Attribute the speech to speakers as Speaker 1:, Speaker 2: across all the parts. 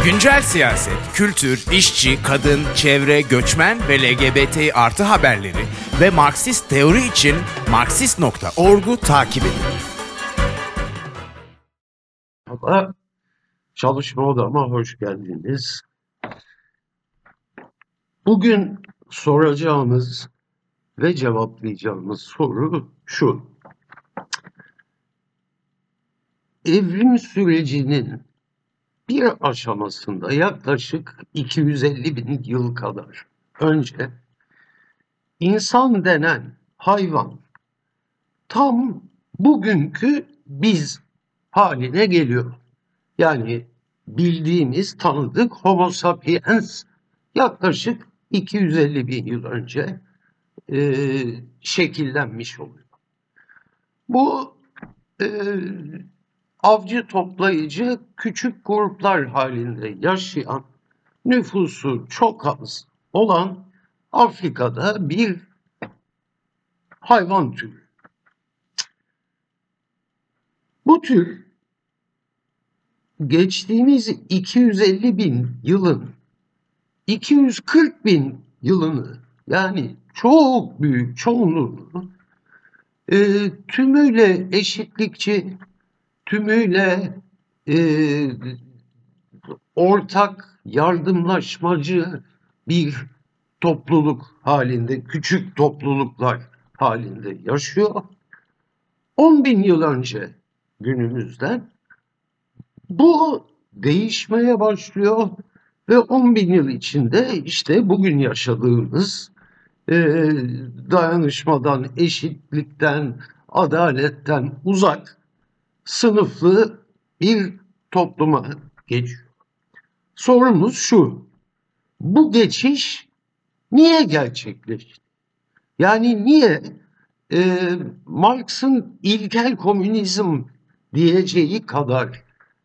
Speaker 1: Güncel siyaset, kültür, işçi, kadın, çevre, göçmen ve LGBT artı haberleri ve Marksist teori için Marksist.org'u takip edin.
Speaker 2: Merhaba, çalışma odama hoş geldiniz. Bugün soracağımız ve cevaplayacağımız soru şu. Evrim sürecinin bir aşamasında yaklaşık 250 bin yıl kadar önce insan denen hayvan tam bugünkü biz haline geliyor. Yani bildiğimiz, tanıdık Homo sapiens yaklaşık 250 bin yıl önce şekillenmiş oluyor. Bu avcı toplayıcı küçük gruplar halinde yaşayan, nüfusu çok az olan Afrika'da bir hayvan türü. Bu tür geçtiğimiz 250 bin yılın 240 bin yılını, yani çok büyük çoğunluğunu tümüyle eşitlikçi, tümüyle ortak yardımlaşmacı bir topluluk halinde, küçük topluluklar halinde yaşıyor. 10 bin yıl önce günümüzden bu değişmeye başlıyor ve 10 bin yıl içinde işte bugün yaşadığımız dayanışmadan, eşitlikten, adaletten uzak sınıflı bir topluma geçiyor. Sorumuz şu: bu geçiş niye gerçekleşti? Yani niye Marx'ın ilkel komünizm diyeceği kadar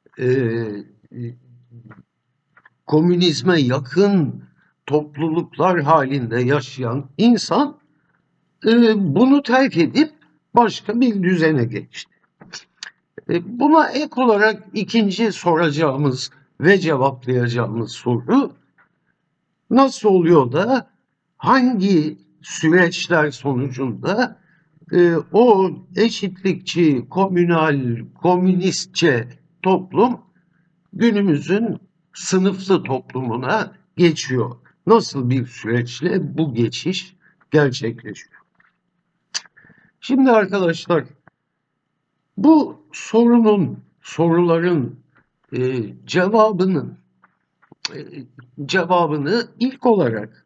Speaker 2: komünizme yakın topluluklar halinde yaşayan insan bunu terk edip başka bir düzene geçti? Buna ek olarak ikinci soracağımız ve cevaplayacağımız soru: nasıl oluyor da hangi süreçler sonucunda o eşitlikçi, komünal, komünistçe toplum günümüzün sınıflı toplumuna geçiyor? Nasıl bir süreçle bu geçiş gerçekleşiyor? Şimdi arkadaşlar, bu soruların cevabını ilk olarak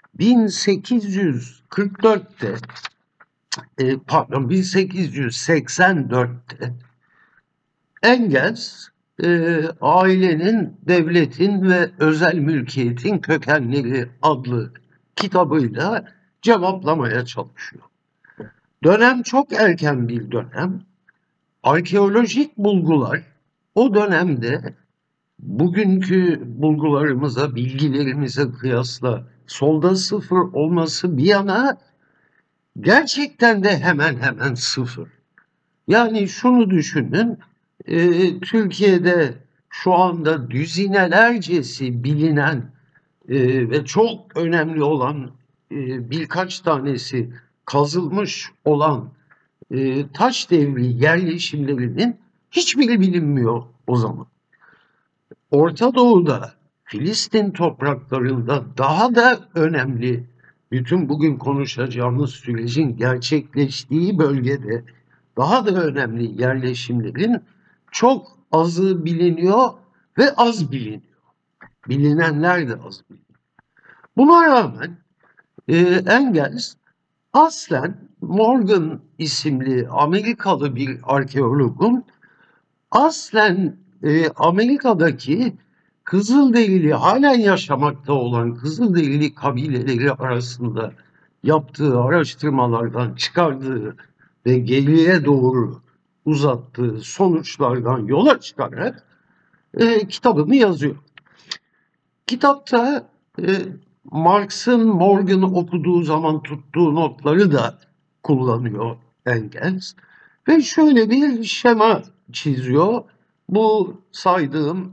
Speaker 2: 1884'te Engels Ailenin, Devletin ve Özel Mülkiyetin Kökenleri adlı kitabıyla cevaplamaya çalışıyor. Dönem çok erken bir dönem. Arkeolojik bulgular o dönemde bugünkü bulgularımıza, bilgilerimize kıyasla solda sıfır olması bir yana gerçekten de hemen hemen sıfır. Yani şunu düşünün, Türkiye'de şu anda düzinelercesi bilinen ve çok önemli olan birkaç tanesi kazılmış olan taş devri yerleşimlerinin hiçbiri bilinmiyor o zaman. Orta Doğu'da, Filistin topraklarında daha da önemli, bütün bugün konuşacağımız sürecin gerçekleştiği bölgede daha da önemli yerleşimlerin çok azı biliniyor ve az biliniyor. Bilinenler de az biliniyor. Buna rağmen Engels aslen Morgan isimli Amerikalı bir arkeologun aslen Amerika'daki Kızılderili, halen yaşamakta olan Kızılderili kabileleri arasında yaptığı araştırmalardan çıkardığı ve geriye doğru uzattığı sonuçlardan yola çıkarak kitabını yazıyor. Kitapta Marx'ın Morgan'ı okuduğu zaman tuttuğu notları da kullanıyor Engels ve şöyle bir şema çiziyor. Bu saydığım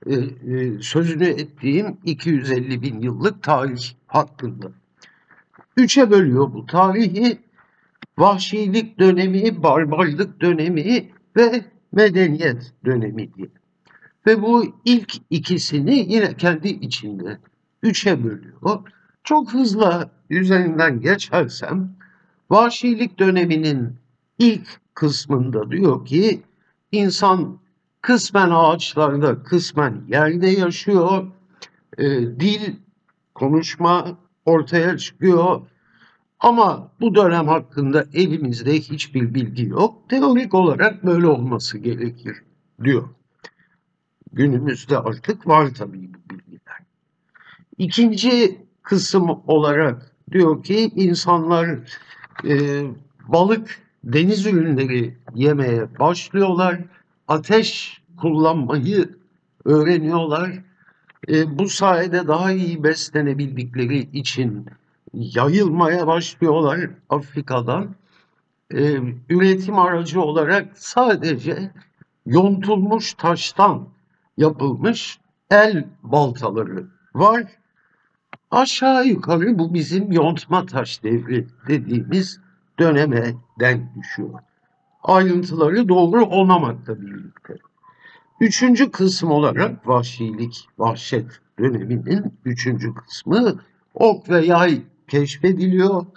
Speaker 2: sözünü ettiğim 250 bin yıllık tarih hakkında. Üçe bölüyor bu tarihi: vahşilik dönemi, barbarlık dönemi ve medeniyet dönemi diye. Ve bu ilk ikisini yine kendi içinde üçe bölüyor. Çok hızlı üzerinden geçersem, vahşilik döneminin ilk kısmında diyor ki insan kısmen ağaçlarda, kısmen yerde yaşıyor. Dil, konuşma ortaya çıkıyor. Ama bu dönem hakkında elimizde hiçbir bilgi yok. Teorik olarak böyle olması gerekir diyor. Günümüzde artık var tabii bu bilgiler. İkinci kısım olarak diyor ki insanlar balık, deniz ürünleri yemeye başlıyorlar. Ateş kullanmayı öğreniyorlar. Bu sayede daha iyi beslenebildikleri için yayılmaya başlıyorlar Afrika'dan. Üretim aracı olarak sadece yontulmuş taştan yapılmış el baltaları var. Aşağı yukarı bu bizim yontma taş devri dediğimiz döneme denk düşüyor. Ayrıntıları doğru olmamakla birlikte. Üçüncü kısım olarak vahşilik, vahşet döneminin üçüncü kısmı ok ve yay keşfediliyor.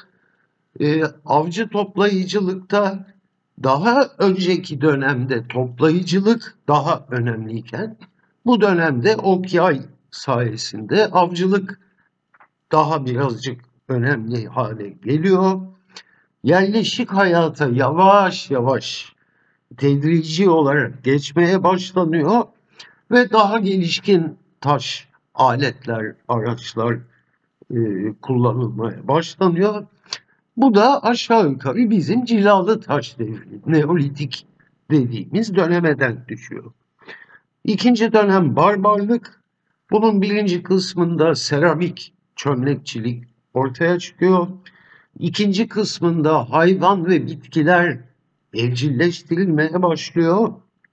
Speaker 2: Avcı toplayıcılıkta daha önceki dönemde toplayıcılık daha önemliyken bu dönemde ok yay sayesinde avcılık daha birazcık önemli hale geliyor. Yerleşik hayata yavaş yavaş tedrici olarak geçmeye başlanıyor ve daha gelişkin taş aletler, araçlar kullanılmaya başlanıyor. Bu da aşağı yukarı bizim cilalı taş devri, Neolitik dediğimiz döneme denk düşüyor. İkinci dönem barbarlık. Bunun birinci kısmında seramik, çömlekçilik ortaya çıkıyor. İkinci kısmında hayvan ve bitkiler evcilleştirilmeye başlıyor.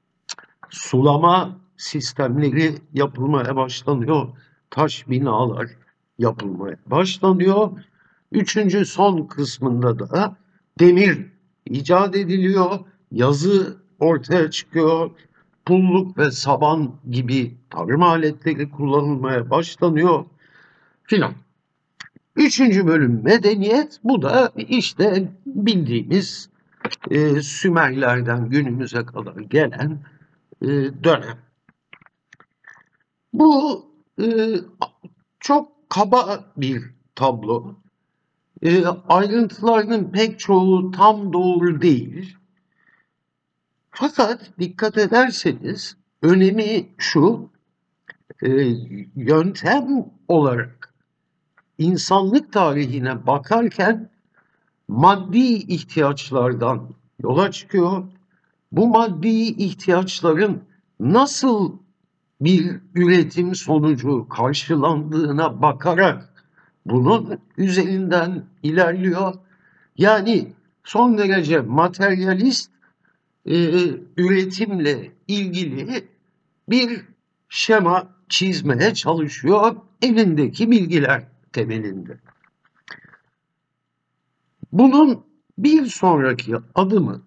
Speaker 2: Sulama sistemleri yapılmaya başlanıyor. Taş binalar yapılmaya başlanıyor. Üçüncü son kısmında da demir icat ediliyor. Yazı ortaya çıkıyor. Pulluk ve saban gibi tarım aletleri kullanılmaya başlanıyor filan. Üçüncü bölüm medeniyet. Bu da işte bildiğimiz Sümerlerden günümüze kadar gelen dönem. Bu çok kaba bir tablo. Ayrıntılarının pek çoğu tam doğru değil. Fakat dikkat ederseniz önemi şu: yöntem olarak insanlık tarihine bakarken maddi ihtiyaçlardan yola çıkıyor. Bu maddi ihtiyaçların nasıl bir üretim sonucu karşılandığına bakarak bunun üzerinden ilerliyor. Yani son derece materyalist üretimle ilgili bir şema çizmeye çalışıyor elindeki bilgiler temelinde. Bunun bir sonraki adımı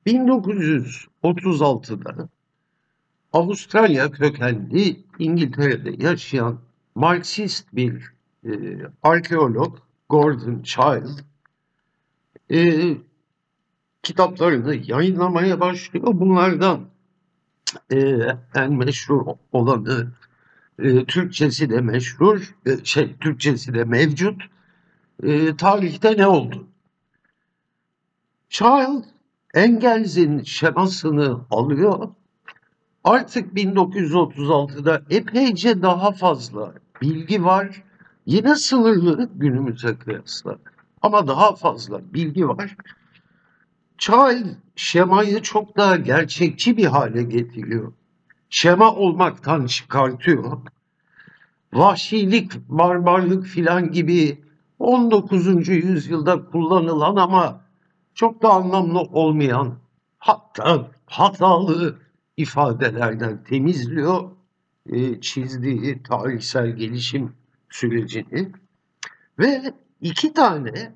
Speaker 2: 1936'da Avustralya kökenli İngiltere'de yaşayan Marksist bir arkeolog Gordon Childe kitaplarını yayınlamaya başlıyor. Bunlardan en meşhur olanı, Türkçesi de meşhur, Türkçesi de mevcut. Tarihte ne oldu? Childe Engels'in şemasını alıyor. Artık 1936'da epeyce daha fazla bilgi var. Yine sınırlı günümüze kıyasla ama daha fazla bilgi var. Childe şemayı çok daha gerçekçi bir hale getiriyor. Şema olmaktan çıkartıyor. Vahşilik, barbarlık filan gibi 19. yüzyılda kullanılan ama çok da anlamlı olmayan, hatta hatalı ifadelerden temizliyor çizdiği tarihsel gelişim sürecini ve iki tane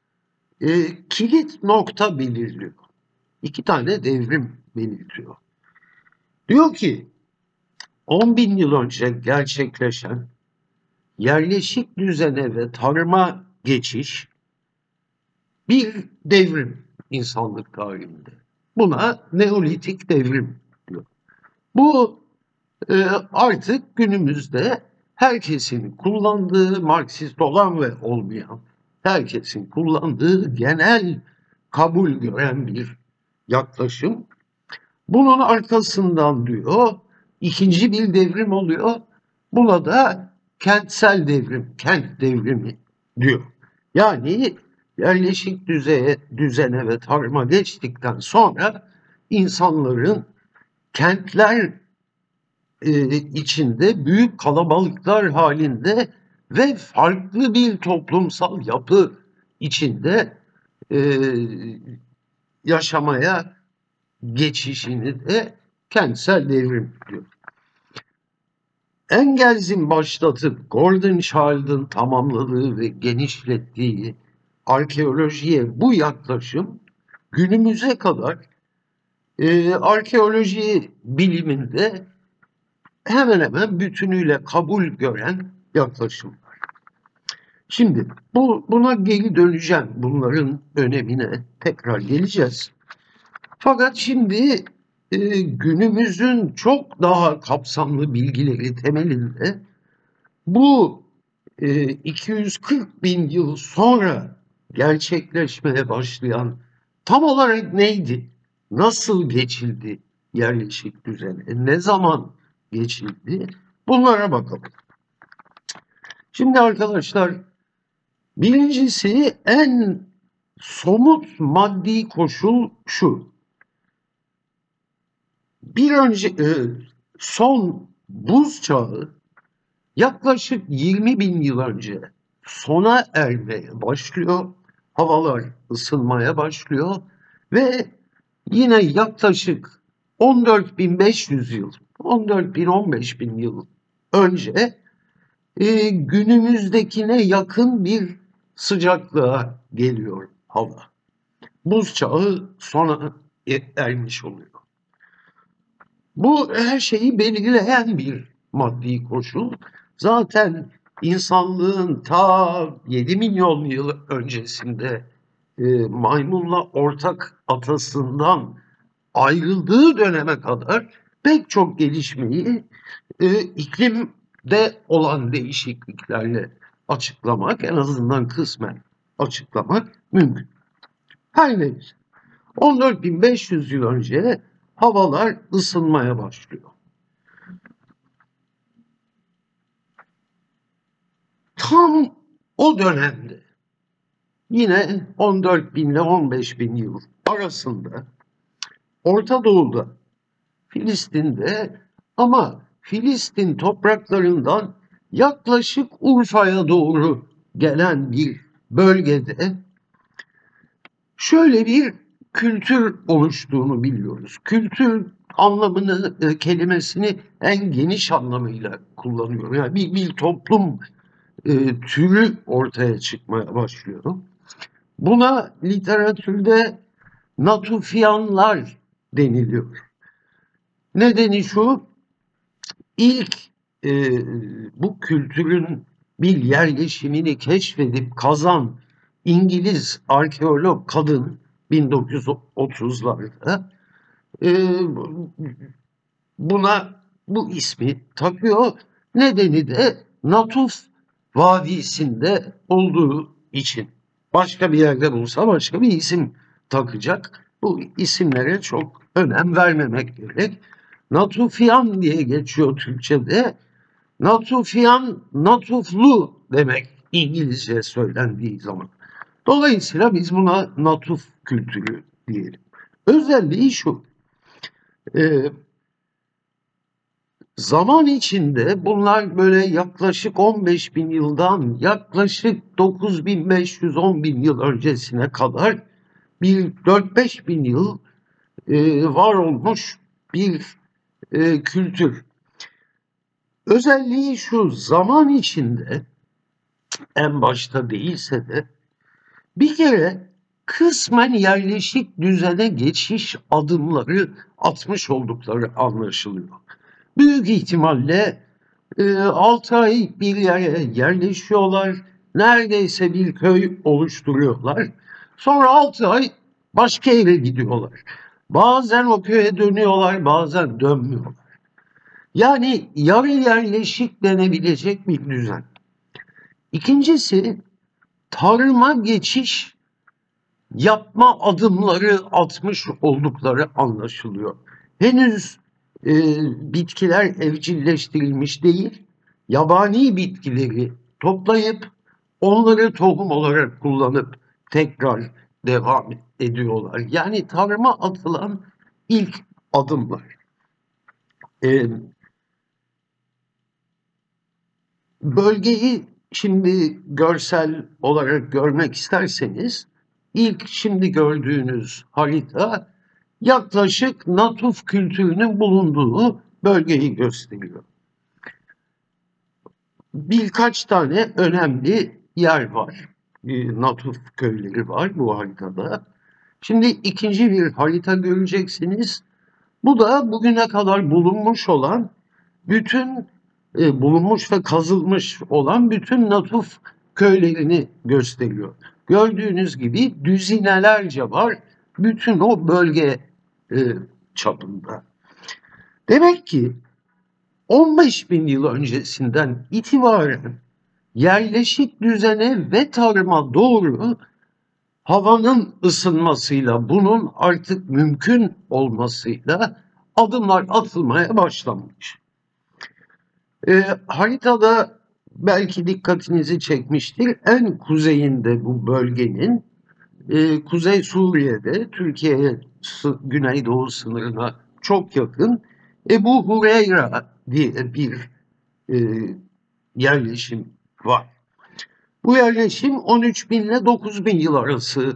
Speaker 2: kilit nokta belirliyor. İki tane devrim belirtiyor. Diyor ki 10 bin yıl önce gerçekleşen yerleşik düzene ve tarıma geçiş bir devrim insanlık tarihinde. Buna Neolitik devrim diyor. Bu artık günümüzde herkesin kullandığı, Marksist olan ve olmayan herkesin kullandığı, genel kabul gören bir yaklaşım. Bunun arkasından diyor ikinci bir devrim oluyor. Buna da kentsel devrim, kent devrimi diyor. Yani yerleşik düzene ve tarıma geçtikten sonra insanların kentler içinde büyük kalabalıklar halinde ve farklı bir toplumsal yapı içinde yaşamaya geçişini de kentsel devrim diyor. Engels'in başlatıp Gordon Child'ın tamamladığı ve genişlettiği arkeolojiye bu yaklaşım günümüze kadar arkeoloji biliminde hemen hemen bütünüyle kabul gören yaklaşım. Şimdi buna geri döneceğim. Bunların önemine tekrar geleceğiz. Fakat şimdi günümüzün çok daha kapsamlı bilgileri temelinde bu 240 bin yıl sonra gerçekleşmeye başlayan tam olarak neydi? Nasıl geçildi yerleşik düzene? Ne zaman geçildi? Bunlara bakalım. Şimdi arkadaşlar birincisi en somut maddi koşul şu. Bir önce son buz çağı yaklaşık 20 bin yıl önce sona ermeye başlıyor. Havalar ısınmaya başlıyor ve yine yaklaşık 14.500 yıl, 14.000-15 bin yıl önce günümüzdekine yakın bir sıcaklığa geliyor hava. Buz çağı sona ermiş oluyor. Bu her şeyi belirleyen bir maddi koşul. Zaten insanlığın ta 7 milyon yıl öncesinde maymunla ortak atasından ayrıldığı döneme kadar pek çok gelişmeyi iklimde olan değişikliklerle açıklamak, en azından kısmen açıklamak mümkün. Her neyse 14.500 yıl önce havalar ısınmaya başlıyor. Tam o dönemde yine 14 bin ile 15 bin yıl arasında Orta Doğu'da, Filistin'de ama Filistin topraklarından yaklaşık Urfa'ya doğru gelen bir bölgede şöyle bir kültür oluştuğunu biliyoruz. Kültür anlamını, kelimesini en geniş anlamıyla kullanıyor. Yani bir toplum türü ortaya çıkmaya başlıyor. Buna literatürde Natufianlar deniliyor. Nedeni şu, ilk bu kültürün bir yerleşimini keşfedip kazan İngiliz arkeolog kadın 1930'larda bu ismi takıyor. Nedeni de Natuf Vadisi'nde olduğu için. Başka bir yerde bulsa başka bir isim takacak. Bu isimlere çok önem vermemek gerek. Natufian diye geçiyor Türkçe'de. Natufian, Natuflu demek İngilizce söylendiği zaman. Dolayısıyla biz buna Natuf kültürü diyelim. Özelliği şu. Zaman içinde bunlar böyle yaklaşık 15 bin yıldan yaklaşık 9.500-10 bin yıl öncesine kadar bir 4-5 bin yıl var olmuş bir kültür. Özelliği şu: zaman içinde en başta değilse de bir kere kısmen yerleşik düzene geçiş adımları atmış oldukları anlaşılıyor. Büyük ihtimalle 6 ay bir yere yerleşiyorlar. Neredeyse bir köy oluşturuyorlar. Sonra 6 ay başka yere gidiyorlar. Bazen o köye dönüyorlar, bazen dönmüyorlar. Yani yarı yerleşik denebilecek bir düzen. İkincisi, tarıma geçiş yapma adımları atmış oldukları anlaşılıyor. Henüz e, bitkiler evcilleştirilmiş değil, yabani bitkileri toplayıp onları tohum olarak kullanıp tekrar devam ediyorlar. Yani tarıma atılan ilk adımlar. E, Bölgeyi şimdi görsel olarak görmek isterseniz, ilk şimdi gördüğünüz harita yaklaşık Natuf kültürünün bulunduğu bölgeyi gösteriyor. Birkaç tane önemli yer var. Natuf köyleri var bu haritada. Şimdi ikinci bir harita göreceksiniz. Bu da bugüne kadar bulunmuş olan bütün bulunmuş ve kazılmış olan bütün Natuf köylerini gösteriyor. Gördüğünüz gibi düzinelerce var bütün o bölge e, çapında. Demek ki 15 bin yıl öncesinden itibaren yerleşik düzene ve tarıma doğru havanın ısınmasıyla, bunun artık mümkün olmasıyla adımlar atılmaya başlanmış. Haritada belki dikkatinizi çekmiştir. En kuzeyinde bu bölgenin, Kuzey Suriye'de, Türkiye'ye güneydoğu sınırına çok yakın Ebu Hureyra diye bir e, yerleşim var. Bu yerleşim 13 bin ile 9 bin yıl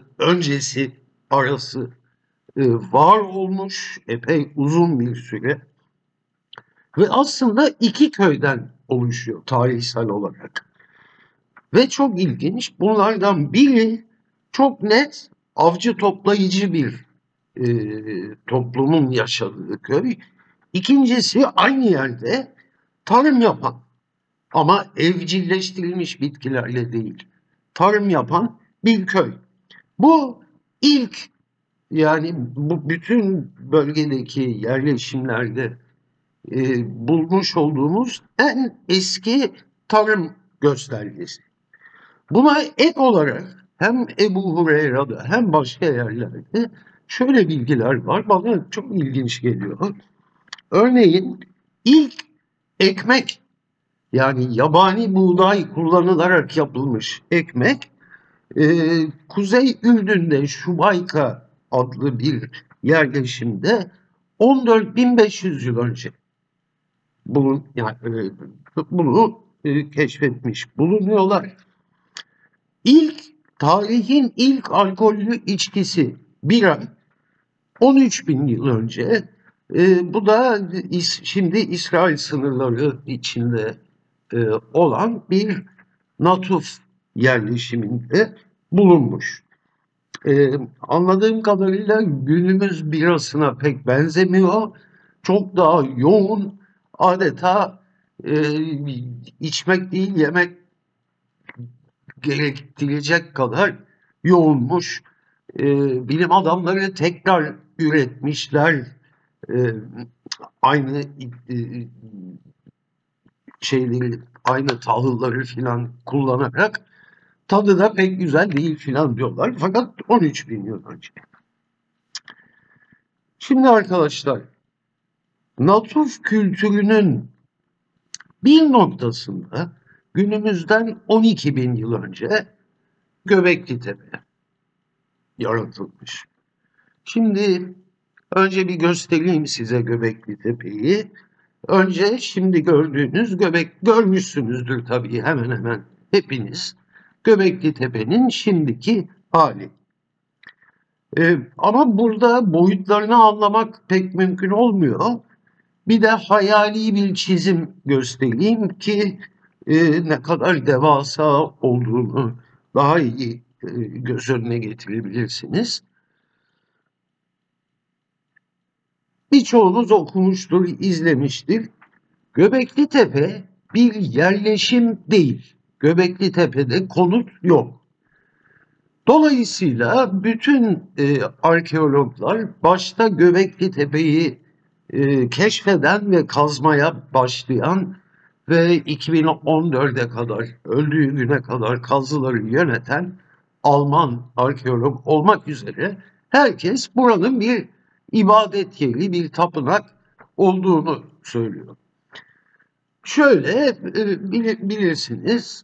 Speaker 2: arası var olmuş, epey uzun bir süre. Ve aslında iki köyden oluşuyor tarihsel olarak. Ve çok ilginç, bunlardan biri çok net avcı toplayıcı bir toplumun yaşadığı köy. İkincisi aynı yerde tarım yapan ama evcilleştirilmiş bitkilerle değil, tarım yapan bir köy. Bu ilk, yani bu bütün bölgedeki yerleşimlerde bulmuş olduğumuz en eski tarım göstergesi. Buna ek olarak hem Ebu Hureyra'da hem başka yerlerde şöyle bilgiler var. Bana çok ilginç geliyor. Örneğin ilk ekmek, yani yabani buğday kullanılarak yapılmış ekmek, Kuzey Ürdün'de Şubayka adlı bir yerleşimde 14.500 yıl önce bunu keşfetmiş bulunuyorlar. Tarihin ilk alkollü içkisi bira 13 bin yıl önce, bu da şimdi İsrail sınırları içinde olan bir Natuf yerleşiminde bulunmuş. Anladığım kadarıyla günümüz birasına pek benzemiyor. Çok daha yoğun, adeta içmek değil yemek gerektirecek kadar yoğunmuş. Bilim adamları tekrar üretmişler. Aynı aynı tahılları filan kullanarak, tadı da pek güzel değil filan diyorlar. Fakat 13 bin yıl önce. Şimdi arkadaşlar, Natuf kültürünün bir noktasında günümüzden 12 bin yıl önce Göbekli Tepe yaratılmış. Şimdi önce bir göstereyim size Göbekli Tepe'yi. Önce şimdi gördüğünüz görmüşsünüzdür tabii hemen hemen hepiniz. Göbekli Tepe'nin şimdiki hali. Ama burada boyutlarını anlamak pek mümkün olmuyor. Bir de hayali bir çizim göstereyim ki ne kadar devasa olduğunu daha iyi göz önüne getirebilirsiniz. Birçoğunuz okumuştur, izlemiştir. Göbekli Tepe bir yerleşim değil. Göbekli Tepe'de konut yok. Dolayısıyla bütün arkeologlar başta Göbekli Tepe'yi keşfeden ve kazmaya başlayan ve 2014'e kadar, öldüğü güne kadar kazıları yöneten Alman arkeolog olmak üzere herkes buranın bir ibadet yeri, bir tapınak olduğunu söylüyor. Şöyle bilirsiniz,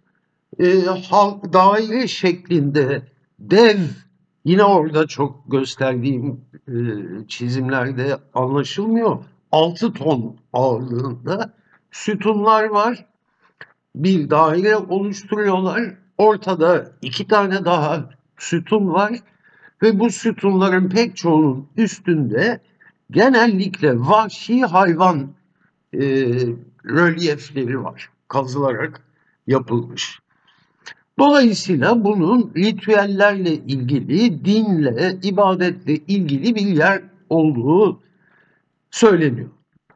Speaker 2: daire şeklinde dev, yine orada çok gösterdiğim çizimlerde anlaşılmıyor. 6 ton ağırlığında sütunlar var. Bir daire oluşturuyorlar. Ortada 2 tane daha sütun var ve bu sütunların pek çoğunun üstünde genellikle vahşi hayvan e, rölyefleri var. Kazılarak yapılmış. Dolayısıyla bunun ritüellerle ilgili, dinle, ibadetle ilgili bir yer olduğu söyleniyor.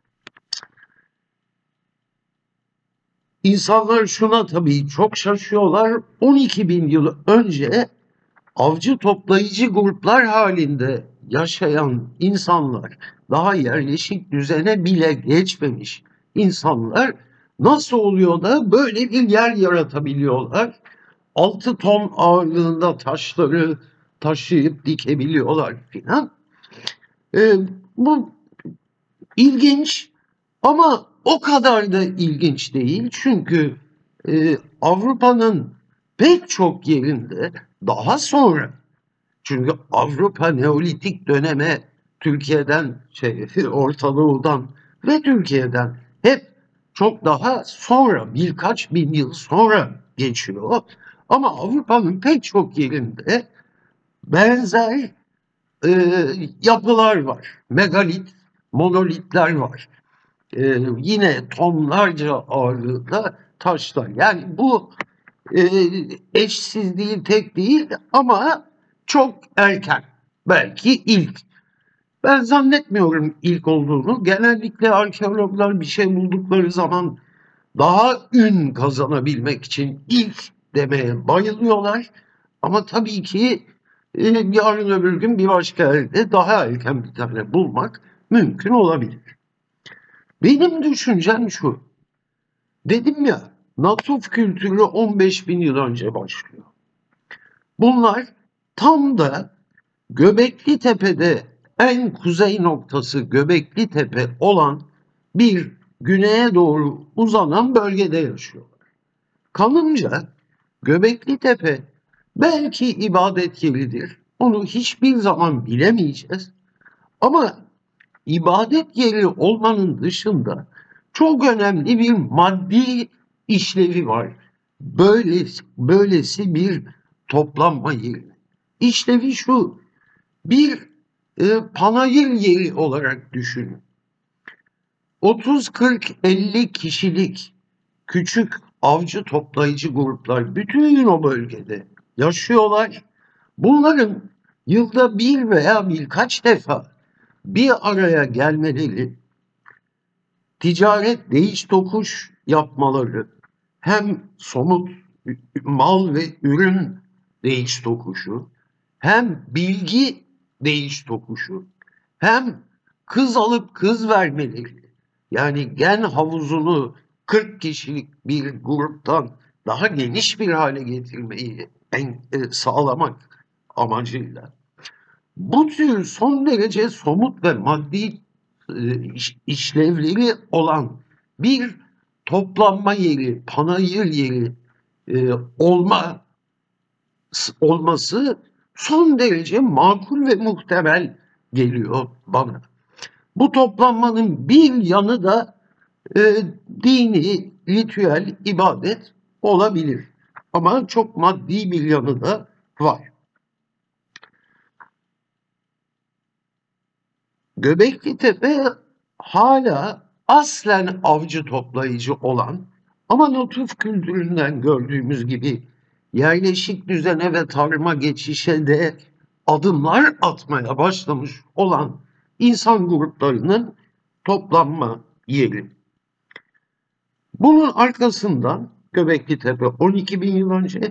Speaker 2: İnsanlar şuna tabii çok şaşıyorlar. 12 bin yıl önce avcı toplayıcı gruplar halinde yaşayan insanlar, daha yerleşik düzene bile geçmemiş insanlar nasıl oluyor da böyle bir yer yaratabiliyorlar? 6 ton ağırlığında taşları taşıyıp dikebiliyorlar filan. Bu ilginç ama o kadar da ilginç değil. Çünkü Avrupa'nın pek çok yerinde daha sonra, çünkü Avrupa Neolitik döneme Türkiye'den, Orta Doğu'dan ve Türkiye'den hep çok daha sonra, birkaç bin yıl sonra geçiyor. Ama Avrupa'nın pek çok yerinde benzer yapılar var. Megalit, monolitler var. Yine tonlarca ağırlığında taşlar. Yani bu eşsiz değil, tek değil ama çok erken. Belki ilk. Ben zannetmiyorum ilk olduğunu. Genellikle arkeologlar bir şey buldukları zaman daha ün kazanabilmek için ilk demeye bayılıyorlar. Ama tabii ki yarın öbür gün bir başka yerde daha erken bir tane bulmak mümkün olabilir. Benim düşüncem şu. Dedim ya, Natuf kültürü 15 bin yıl önce başlıyor. Bunlar tam da Göbekli Tepe'de en kuzey noktası Göbekli Tepe olan bir güneye doğru uzanan bölgede yaşıyorlar. Kanımca Göbekli Tepe belki ibadet yeridir. Onu hiçbir zaman bilemeyeceğiz. Ama ibadet yeri olmanın dışında çok önemli bir maddi işlevi var. Böylesi bir toplanma yeri. İşlevi şu, bir panayır yeri olarak düşünün. 30, 40, 50 kişilik küçük avcı toplayıcı gruplar bütün o bölgede yaşıyorlar. Bunların yılda bir veya birkaç defa bir araya gelmeleri, ticaret değiş tokuş yapmaları, hem somut mal ve ürün değiş tokuşu, hem bilgi değiş tokuşu, hem kız alıp kız vermeleri, yani gen havuzunu 40 kişilik bir gruptan daha geniş bir hale getirmeyi sağlamak amacıyla bu tür son derece somut ve maddi işlevleri olan bir toplanma yeri, panayır yeri olması son derece makul ve muhtemel geliyor bana. Bu toplanmanın bir yanı da dini, ritüel, ibadet olabilir. Ama çok maddi bir yanı da var. Göbekli Tepe hala aslen avcı toplayıcı olan ama Natif kültüründen gördüğümüz gibi yerleşik düzene ve tarıma geçişe de adımlar atmaya başlamış olan insan gruplarının toplanma yeri. Bunun arkasından Göbeklitepe 12 bin yıl önce,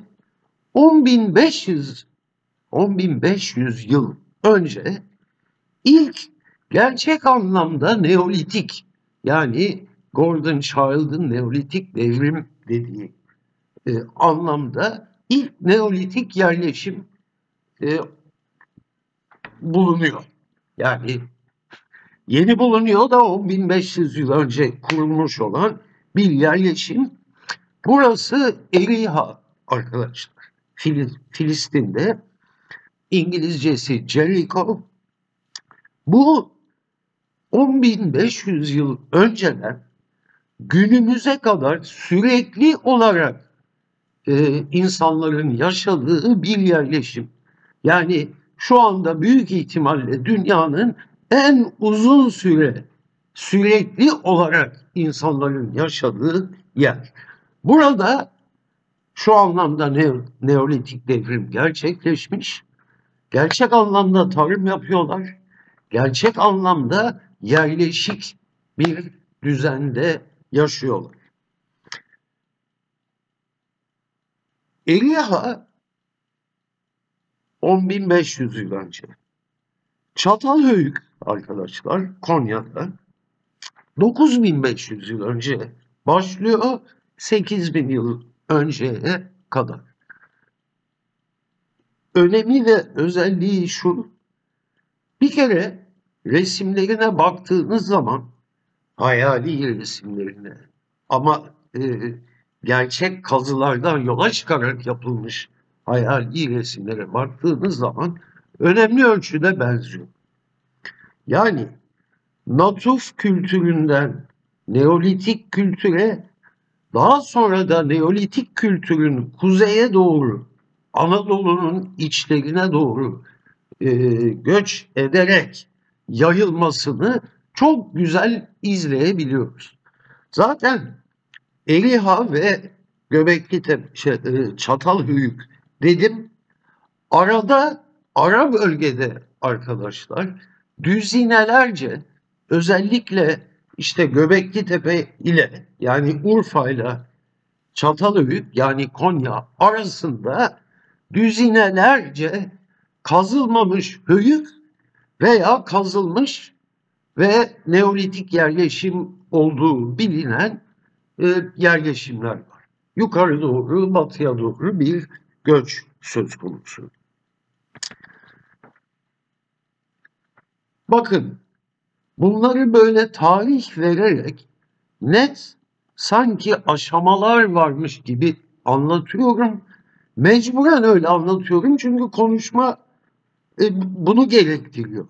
Speaker 2: 10.500 yıl önce ilk gerçek anlamda Neolitik, yani Gordon Child'ın Neolitik devrim dediği anlamda ilk Neolitik yerleşim bulunuyor. Yani yeni bulunuyor da 10.500 yıl önce kurulmuş olan bir yerleşim. Burası Eriha arkadaşlar. Filistin'de, İngilizcesi Jericho. Bu 10.500 yıl önceden günümüze kadar sürekli olarak insanların yaşadığı bir yerleşim. Yani şu anda büyük ihtimalle dünyanın en uzun süre sürekli olarak insanların yaşadığı yer. Burada şu anlamda Neolitik devrim gerçekleşmiş. Gerçek anlamda tarım yapıyorlar. Gerçek anlamda yerleşik bir düzende yaşıyorlar. Eliha 10.500 yıl önce. Çatalhöyük arkadaşlar Konya'da 9.500 yıl önce başlıyor, 8.000 yıl önceye kadar. Önemi ve özelliği şu: bir kere resimlerine baktığınız zaman, hayali resimlerine ama gerçek kazılardan yola çıkarak yapılmış hayali resimlere baktığınız zaman önemli ölçüde benziyor. Yani Natif kültüründen Neolitik kültüre, daha sonra da Neolitik kültürün kuzeye doğru, Anadolu'nun içlerine doğru göç ederek yayılmasını çok güzel izleyebiliyoruz. Zaten Eliha ve Çatalhöyük dedim. Arada, ara bölgede arkadaşlar düzinelerce, özellikle işte Göbeklitepe ile, yani Urfa ile Çatalhöyük, yani Konya arasında düzinelerce kazılmamış höyük veya kazılmış ve Neolitik yerleşim olduğu bilinen yerleşimler var. Yukarı doğru, batıya doğru bir göç söz konusu. Bakın, bunları böyle tarih vererek net, sanki aşamalar varmış gibi anlatıyorum. Mecburen öyle anlatıyorum çünkü konuşma bunu gerektiriyor.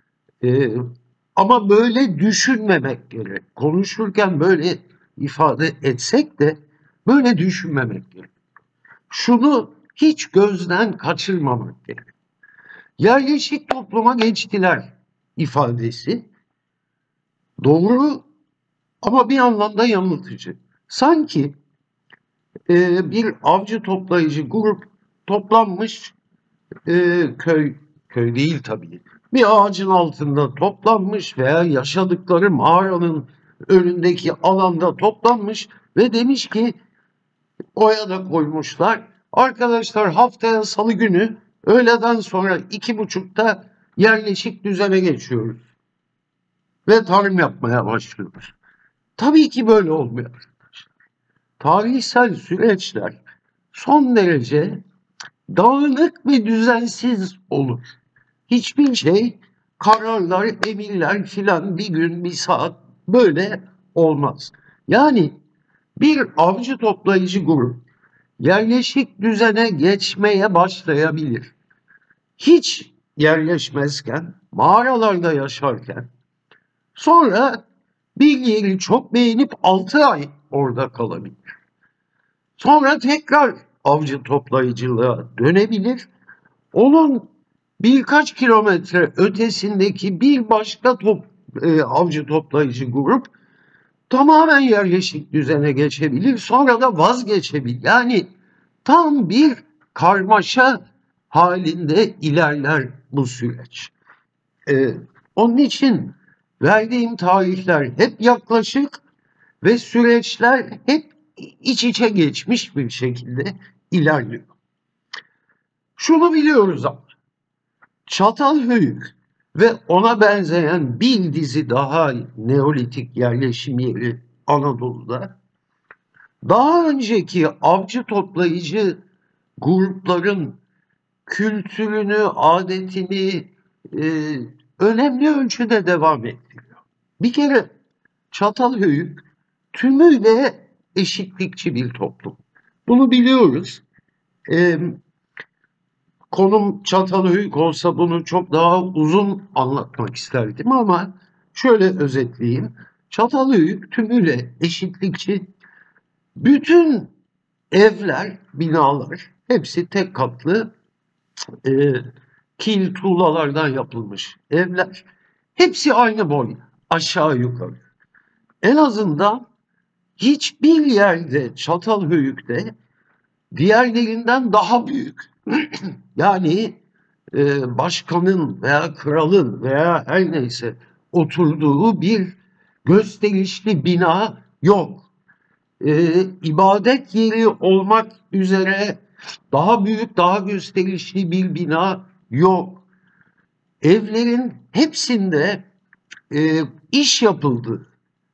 Speaker 2: Ama böyle düşünmemek gerek. Konuşurken böyle ifade etsek de böyle düşünmemek gerek. Şunu hiç gözden kaçırmamak gerek. Yerleşik topluma geçtiler ifadesi doğru ama bir anlamda yanıltıcı. Sanki bir avcı toplayıcı grup toplanmış, köy değil tabii, bir ağacın altında toplanmış veya yaşadıkları mağaranın önündeki alanda toplanmış ve demiş ki, oya da koymuşlar: arkadaşlar, haftaya salı günü öğleden sonra 2.30'da yerleşik düzene geçiyoruz ve tarım yapmaya başlıyoruz. Tabii ki böyle olmuyor. Tarihsel süreçler son derece dağınık ve düzensiz olur. Hiçbir şey, kararlar, emirler filan bir gün, bir saat böyle olmaz. Yani bir avcı toplayıcı grup yerleşik düzene geçmeye başlayabilir. Hiç yerleşmezken, mağaralarda yaşarken, sonra bir yeri çok beğenip 6 ay orada kalabilir. Sonra tekrar avcı toplayıcılığa dönebilir. Onun birkaç kilometre ötesindeki bir başka avcı toplayıcı grup tamamen yerleşik düzene geçebilir, sonra da vazgeçebilir. Yani tam bir karmaşa halinde ilerler bu süreç. Onun için verdiğim tarihler hep yaklaşık ve süreçler hep iç içe geçmiş bir şekilde ilerliyor. Şunu biliyoruz ama Çatalhöyük ve ona benzeyen bir dizi daha Neolitik yerleşim yeri Anadolu'da daha önceki avcı toplayıcı grupların kültürünü, adetini önemli ölçüde devam ettiriyor. Bir kere Çatalhöyük tümüyle eşitlikçi bir toplum. Bunu biliyoruz. E, Konum Çatalhöyük olsa bunu çok daha uzun anlatmak isterdim ama şöyle özetleyeyim. Çatalhöyük tümüyle eşitlikçi. Bütün evler, binalar hepsi tek katlı e, kil tuğlalardan yapılmış evler. Hepsi aynı boy, aşağı yukarı. En azından hiçbir yerde Çatalhöyük'te diğerlerinden daha büyük. Yani başkanın veya kralın veya her neyse oturduğu bir gösterişli bina yok. İbadet yeri olmak üzere daha büyük, daha gösterişli bir bina yok. Evlerin hepsinde iş yapıldı,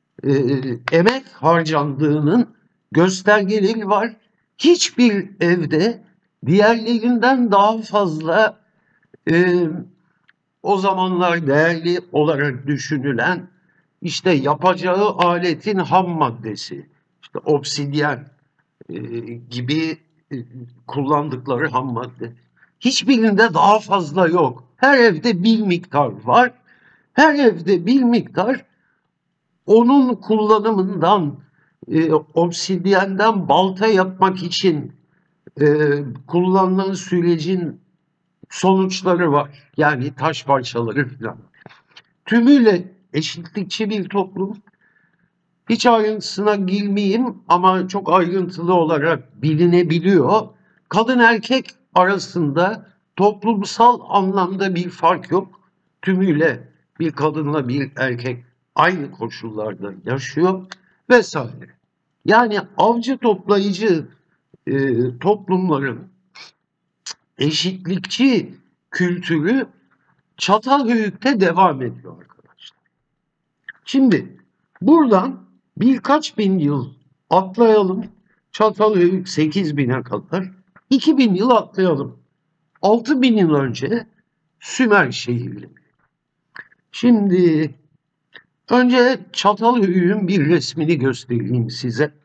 Speaker 2: emek harcandığının göstergeleri var. Hiçbir evde diğerlerinden daha fazla e, o zamanlar değerli olarak düşünülen işte yapacağı aletin ham maddesi, işte obsidyen e, gibi kullandıkları ham madde. Hiçbirinde daha fazla yok. Her evde bir miktar var. Her evde bir miktar onun kullanımından, obsidyenden balta yapmak için kullanılan sürecin sonuçları var. Yani taş parçaları falan. Tümüyle eşitlikçi bir toplum. Hiç ayrıntısına girmeyeyim ama çok ayrıntılı olarak bilinebiliyor. Kadın erkek arasında toplumsal anlamda bir fark yok. Tümüyle bir kadınla bir erkek aynı koşullarda yaşıyor vesaire. Yani avcı toplayıcı toplumların eşitlikçi kültürü Çatalhöyük'te devam ediyor arkadaşlar. Şimdi buradan birkaç bin yıl atlayalım. Çatalhöyük 8.000'e kadar. 2.000 yıl atlayalım. 6.000 yıl önce Sümer şehirleri. Şimdi önce Çatalhöyük'ün bir resmini göstereyim size.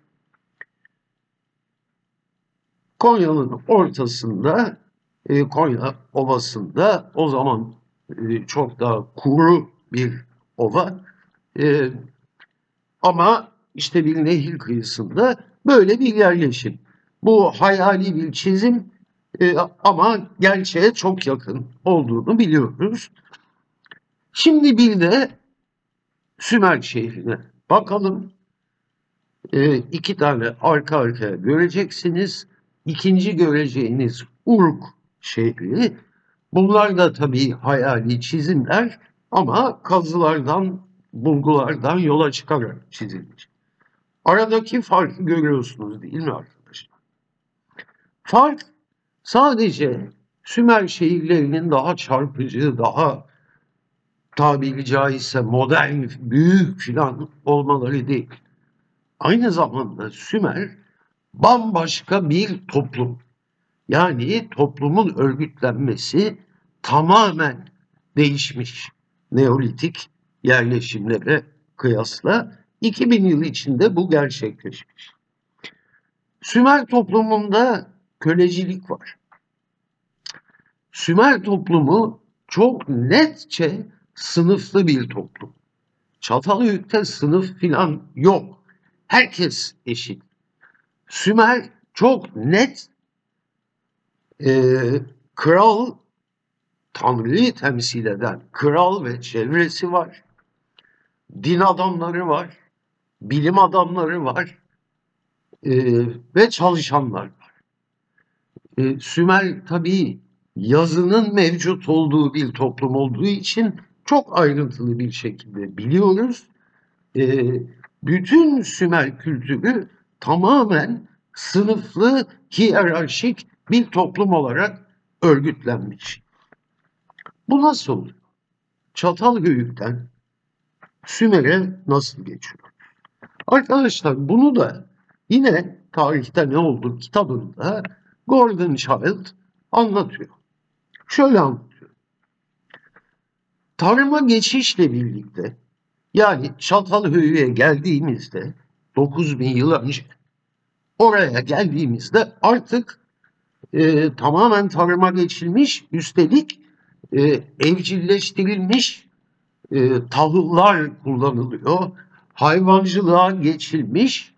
Speaker 2: Konya'nın ortasında, Konya Ovası'nda o zaman çok daha kuru bir ova. E, Ama işte bir nehir kıyısında böyle bir yerleşim. Bu hayali bir çizim ama gerçeğe çok yakın olduğunu biliyoruz. Şimdi bir de Sümer şehrine bakalım. İki tane arka arkaya göreceksiniz. İkinci göreceğiniz Uruk şehri. Bunlar da tabii hayali çizimler ama kazılardan, bulgulardan yola çıkarak çizilmiş. Aradaki farkı görüyorsunuz değil mi arkadaşlar? Fark sadece Sümer şehirlerinin daha çarpıcı, daha tabiri caizse modern, büyük filan olmaları değil. Aynı zamanda Sümer bambaşka bir toplum. Yani toplumun örgütlenmesi tamamen değişmiş. Neolitik yerleşimlere kıyasla 2000 yıl içinde bu gerçekleşmiş. Sümer toplumunda kölecilik var. Sümer toplumu çok netçe sınıflı bir toplum. Çatalhöyük'te sınıf filan yok. Herkes eşit. Sümer çok net kral, tanrıyı temsil eden kral ve çevresi var. Din adamları var. bilim adamları var e, ve çalışanlar var. Sümer tabii yazının mevcut olduğu bir toplum olduğu için çok ayrıntılı bir şekilde biliyoruz. E, Bütün Sümer kültürü tamamen sınıflı, hiyerarşik bir toplum olarak örgütlenmiş. Bu nasıl oluyor? Çatalhöyük'ten Sümer'e nasıl geçiyor? Arkadaşlar bunu da yine Tarihte Ne Oldu kitabında Gordon Child anlatıyor. Şöyle anlatıyor. Tarıma geçişle birlikte yani Çatalhöyük'e geldiğimizde 9000 yıl önce oraya geldiğimizde artık tamamen tarıma geçilmiş, üstelik evcilleştirilmiş tahıllar kullanılıyor. Hayvancılığa geçilmiş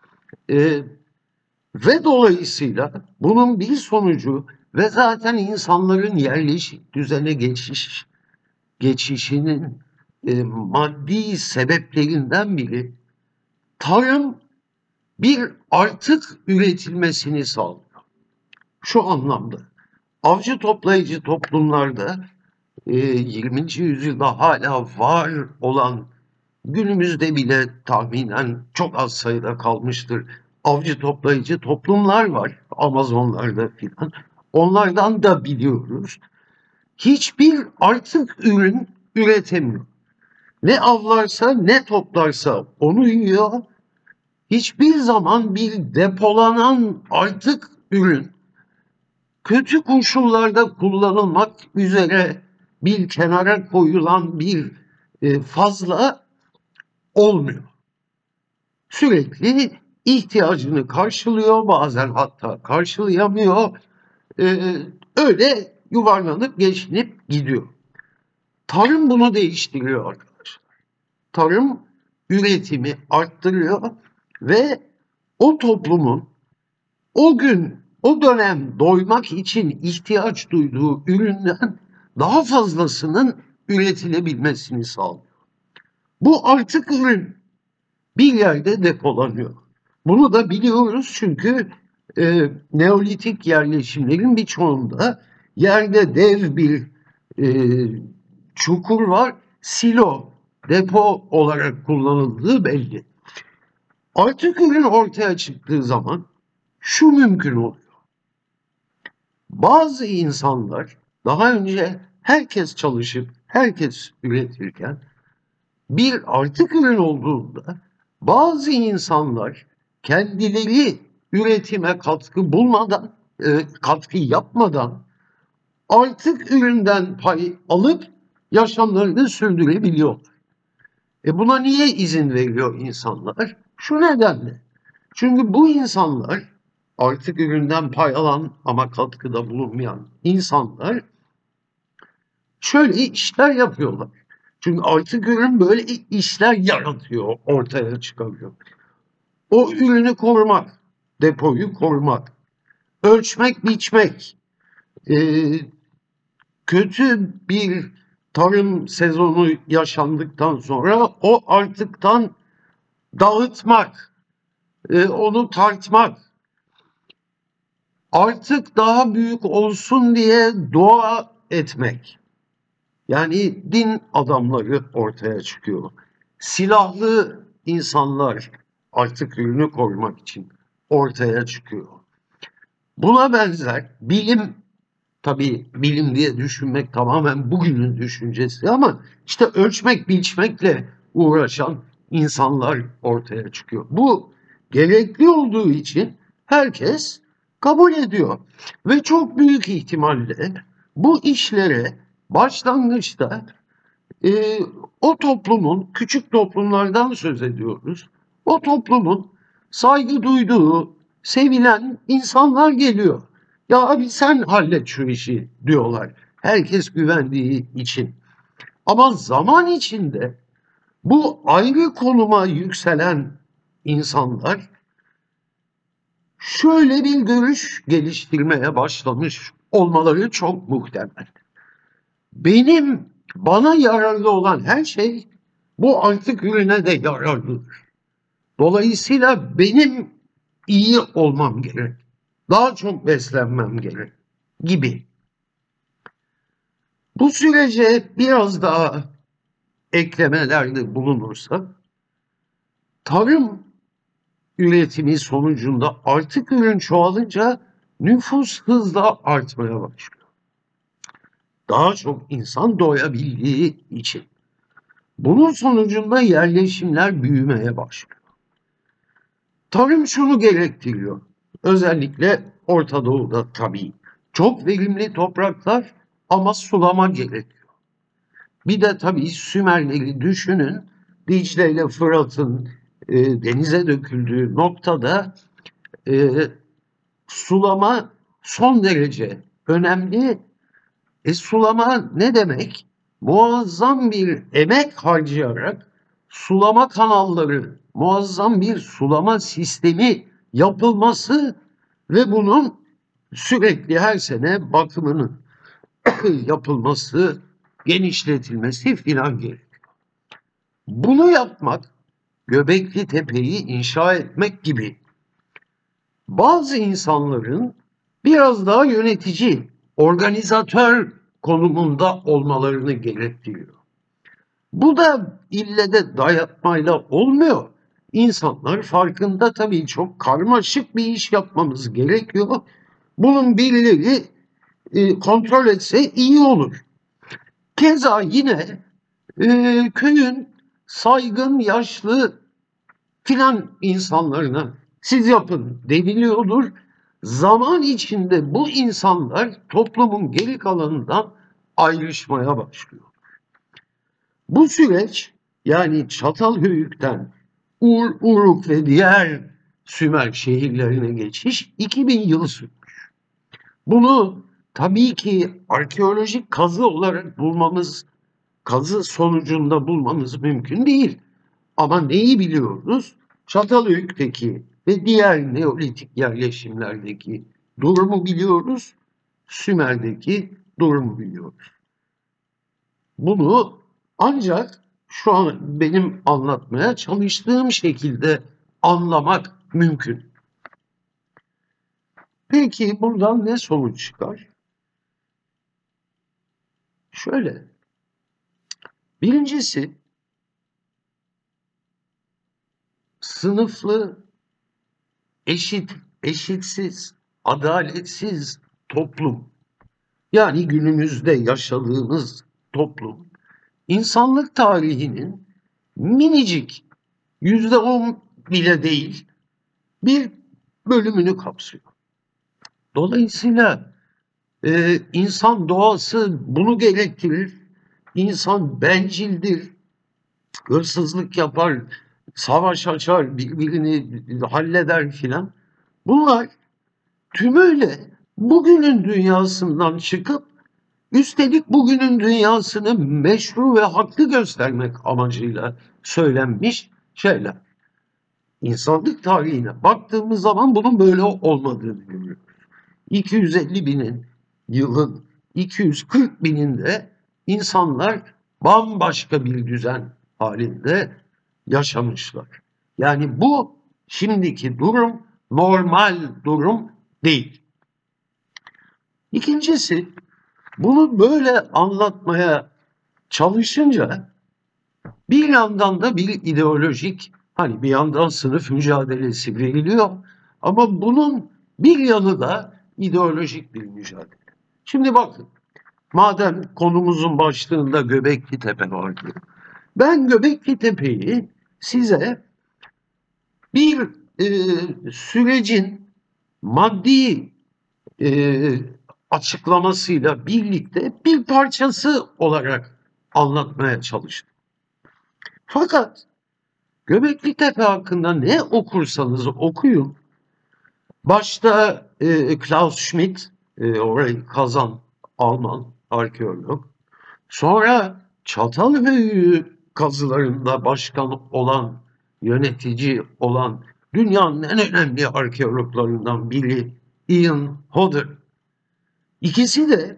Speaker 2: ve dolayısıyla bunun bir sonucu ve zaten insanların yerleşik düzene geçişinin maddi sebeplerinden biri tarım bir artık üretilmesini sağlıyor. Şu anlamda avcı toplayıcı toplumlarda 20. yüzyılda hala var olan, günümüzde bile tahminen çok az sayıda kalmıştır, avcı toplayıcı toplumlar var Amazonlarda filan. Onlardan da biliyoruz. Hiçbir artık ürün üretemiyor. Ne avlarsa ne toplarsa onu yiyor. Hiçbir zaman bir depolanan artık ürün kötü koşullarda kullanılmak üzere bir kenara koyulan bir fazla olmuyor. Sürekli ihtiyacını karşılıyor, bazen hatta karşılayamıyor. Öyle yuvarlanıp geçinip gidiyor. Tarım bunu değiştiriyor arkadaşlar. Tarım üretimi arttırıyor ve o toplumun o gün, o dönem doymak için ihtiyaç duyduğu üründen daha fazlasının üretilebilmesini sağlıyor. Bu artık ürün bir yerde depolanıyor. Bunu da biliyoruz çünkü Neolitik yerleşimlerin birçoğunda yerde dev bir e, çukur var. Silo, depo olarak kullanıldığı belli. Artık ürün ortaya çıktığı zaman şu mümkün oluyor. Bazı insanlar daha önce herkes çalışıp herkes üretirken bir artık ürün olduğunda bazı insanlar kendileri üretime katkı bulmadan, katkı yapmadan artık üründen pay alıp yaşamlarını sürdürebiliyorlar. Buna niye izin veriyor insanlar? Şu nedenle. Çünkü bu insanlar artık üründen pay alan ama katkıda bulunmayan insanlar şöyle işler yapıyorlar. Çünkü artık ürün böyle işler yaratıyor, ortaya çıkarıyor. O ürünü korumak, depoyu korumak, ölçmek, biçmek, e, kötü bir tarım sezonu yaşandıktan sonra o artıktan dağıtmak, onu tartmak, artık daha büyük olsun diye dua etmek. Yani din adamları ortaya çıkıyor. Silahlı insanlar artık ürünü korumak için ortaya çıkıyor. Buna benzer bilim, tabii bilim diye düşünmek tamamen bugünün düşüncesi ama işte ölçmek, biçmekle uğraşan insanlar ortaya çıkıyor. Bu gerekli olduğu için herkes kabul ediyor ve çok büyük ihtimalle bu işlere başlangıçta o toplumun, küçük toplumlardan söz ediyoruz. O toplumun saygı duyduğu, sevilen insanlar geliyor. Ya abi sen hallet şu işi diyorlar. Herkes güvendiği için. Ama zaman içinde bu ayrı konuma yükselen insanlar şöyle bir görüş geliştirmeye başlamış olmaları çok muhtemel. Bana yararlı olan her şey bu artık ürüne de yararlıdır. Dolayısıyla benim iyi olmam gerek. Daha çok beslenmem gerek gibi. Bu sürece biraz daha eklemelerde bulunursak, tarım üretimi sonucunda artık ürün çoğalınca nüfus hızla artmaya başlıyor. Daha çok insan doyabildiği için. Bunun sonucunda yerleşimler büyümeye başlıyor. Tarım şunu gerektiriyor. Özellikle Orta Doğu'da tabii. Çok verimli topraklar ama sulama gerekiyor. Bir de tabii Sümerleri düşünün. Dicle ile Fırat'ın denize döküldüğü noktada e, sulama son derece önemli. Sulama ne demek? Muazzam bir emek harcayarak sulama kanalları, muazzam bir sulama sistemi yapılması ve bunun sürekli her sene bakımının yapılması, genişletilmesi filan gerekiyor. Bunu yapmak, Göbekli Tepe'yi inşa etmek gibi bazı insanların biraz daha yönetici, organizatör konumunda olmalarını gerektiriyor. Bu da ille de dayatmayla olmuyor. İnsanlar farkında tabii çok karmaşık bir iş yapmamız gerekiyor. Bunun birileri kontrol etse iyi olur. Keza yine köyün saygın, yaşlı filan insanlarına siz yapın deniliyordur. Zaman içinde bu insanlar toplumun geri kalanından ayrışmaya başlıyor. Bu süreç yani Çatalhöyük'ten Uruk ve diğer Sümer şehirlerine geçiş 2000 yıl sürmüş. Bunu tabii ki arkeolojik kazı olarak bulmamız, kazı sonucunda bulmamız mümkün değil. Ama neyi biliyoruz? Çatalhöyük'teki ve diğer Neolitik yerleşimlerdeki durumu biliyoruz. Sümer'deki durumu biliyoruz. Bunu ancak şu an benim anlatmaya çalıştığım şekilde anlamak mümkün. Peki buradan ne sonuç çıkar? Şöyle, birincisi sınıflı, eşitsiz, adaletsiz toplum. Yani günümüzde yaşadığımız toplum, insanlık tarihinin minicik, %10 bile değil, bir bölümünü kapsıyor. Dolayısıyla insan doğası bunu gerektirir. İnsan bencildir, hırsızlık yapar, savaş açar, birbirini halleder filan. Bunlar tümüyle bugünün dünyasından çıkıp üstelik bugünün dünyasını meşru ve haklı göstermek amacıyla söylenmiş şeyler. İnsanlık tarihine baktığımız zaman bunun böyle olmadığını görüyoruz. 250 binin yılın 240 bininde insanlar bambaşka bir düzen halinde yaşamışlar. Yani bu şimdiki durum normal durum değil. İkincisi, bunu böyle anlatmaya çalışınca bir yandan da bir ideolojik, hani bir yandan sınıf mücadelesi veriliyor ama bunun bir yanı da ideolojik bir mücadele. Şimdi bakın, madem konumuzun başlığında Göbekli Tepe vardı, ben Göbekli Tepe'yi size bir sürecin maddi e, açıklamasıyla birlikte bir parçası olarak anlatmaya çalıştım. Fakat Göbekli Tepe hakkında ne okursanız okuyun, başta Klaus Schmidt, orayı kazan Alman arkeolog, sonra Çatalhöyük kazılarında başkan olan, yönetici olan dünyanın en önemli arkeologlarından biri Ian Hodder. İkisi de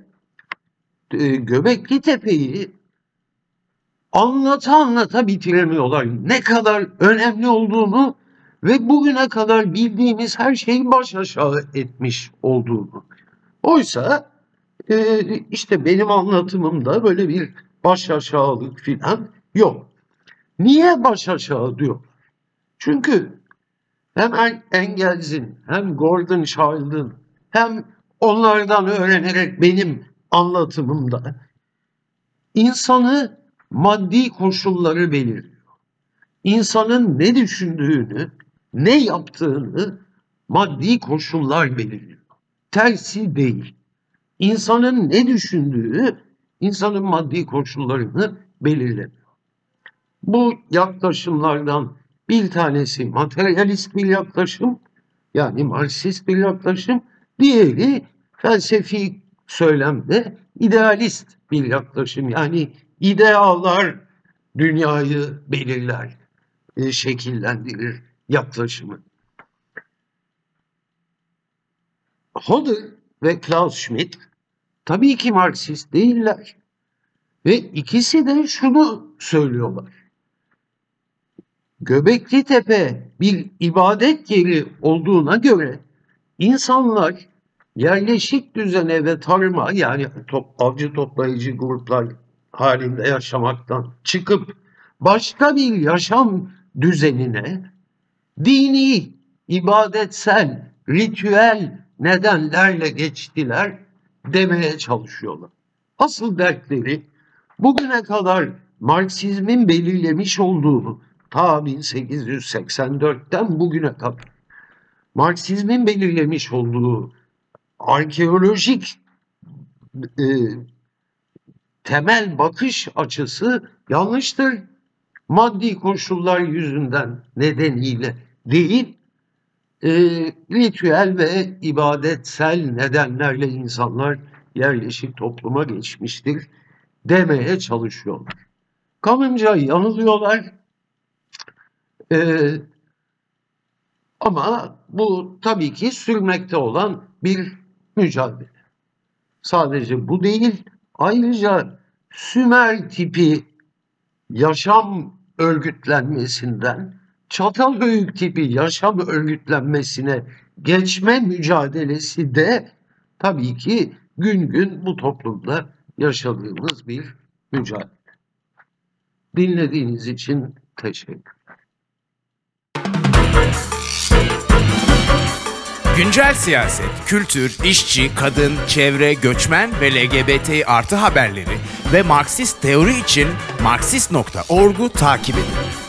Speaker 2: Göbekli Tepe'yi anlata anlata bitiremiyorlar. Ne kadar önemli olduğunu ve bugüne kadar bildiğimiz her şeyi baş aşağı etmiş olduğunu. Oysa işte benim anlatımımda böyle bir baş aşağılık filan yok. Niye baş aşağı diyor? Çünkü hem Engels'in hem Gordon Child'ın hem onlardan öğrenerek benim anlatımımda insanı maddi koşulları belirliyor. İnsanın ne düşündüğünü, ne yaptığını maddi koşullar belirliyor. Tersi değil. İnsanın ne düşündüğü, insanın maddi koşullarını belirlemiyor. Bu yaklaşımlardan bir tanesi materyalist bir yaklaşım, yani Marksist bir yaklaşım, diğeri felsefi söylemde idealist bir yaklaşım, yani idealar dünyayı belirler, şekillendirir yaklaşımı. Hodder ve Klaus Schmitt tabii ki Marksist değiller ve ikisi de şunu söylüyorlar. Göbekli Tepe bir ibadet yeri olduğuna göre insanlar yerleşik düzene ve tarıma, yani avcı toplayıcı gruplar halinde yaşamaktan çıkıp başka bir yaşam düzenine dini, ibadetsel, ritüel nedenlerle geçtiler demeye çalışıyorlar. Asıl dertleri bugüne kadar Marksizmin belirlemiş olduğu, ta 1884'ten bugüne kadar Marksizmin belirlemiş olduğu arkeolojik temel bakış açısı yanlıştır. Maddi koşullar yüzünden nedeniyle değil, ritüel ve ibadetsel nedenlerle insanlar yerleşik topluma geçmiştir demeye çalışıyorlar. Kanımca yanılıyorlar. Ama bu tabii ki sürmekte olan bir mücadele. Sadece bu değil, ayrıca Sümer tipi yaşam örgütlenmesinden Çatalhöyük tipi yaşam örgütlenmesine geçme mücadelesi de tabii ki gün gün bu toplumda yaşadığımız bir mücadele. Dinlediğiniz için teşekkür.
Speaker 1: Güncel siyaset, kültür, işçi, kadın, çevre, göçmen ve LGBT artı haberleri ve Marksist teori için Marksist.org'u takip edin.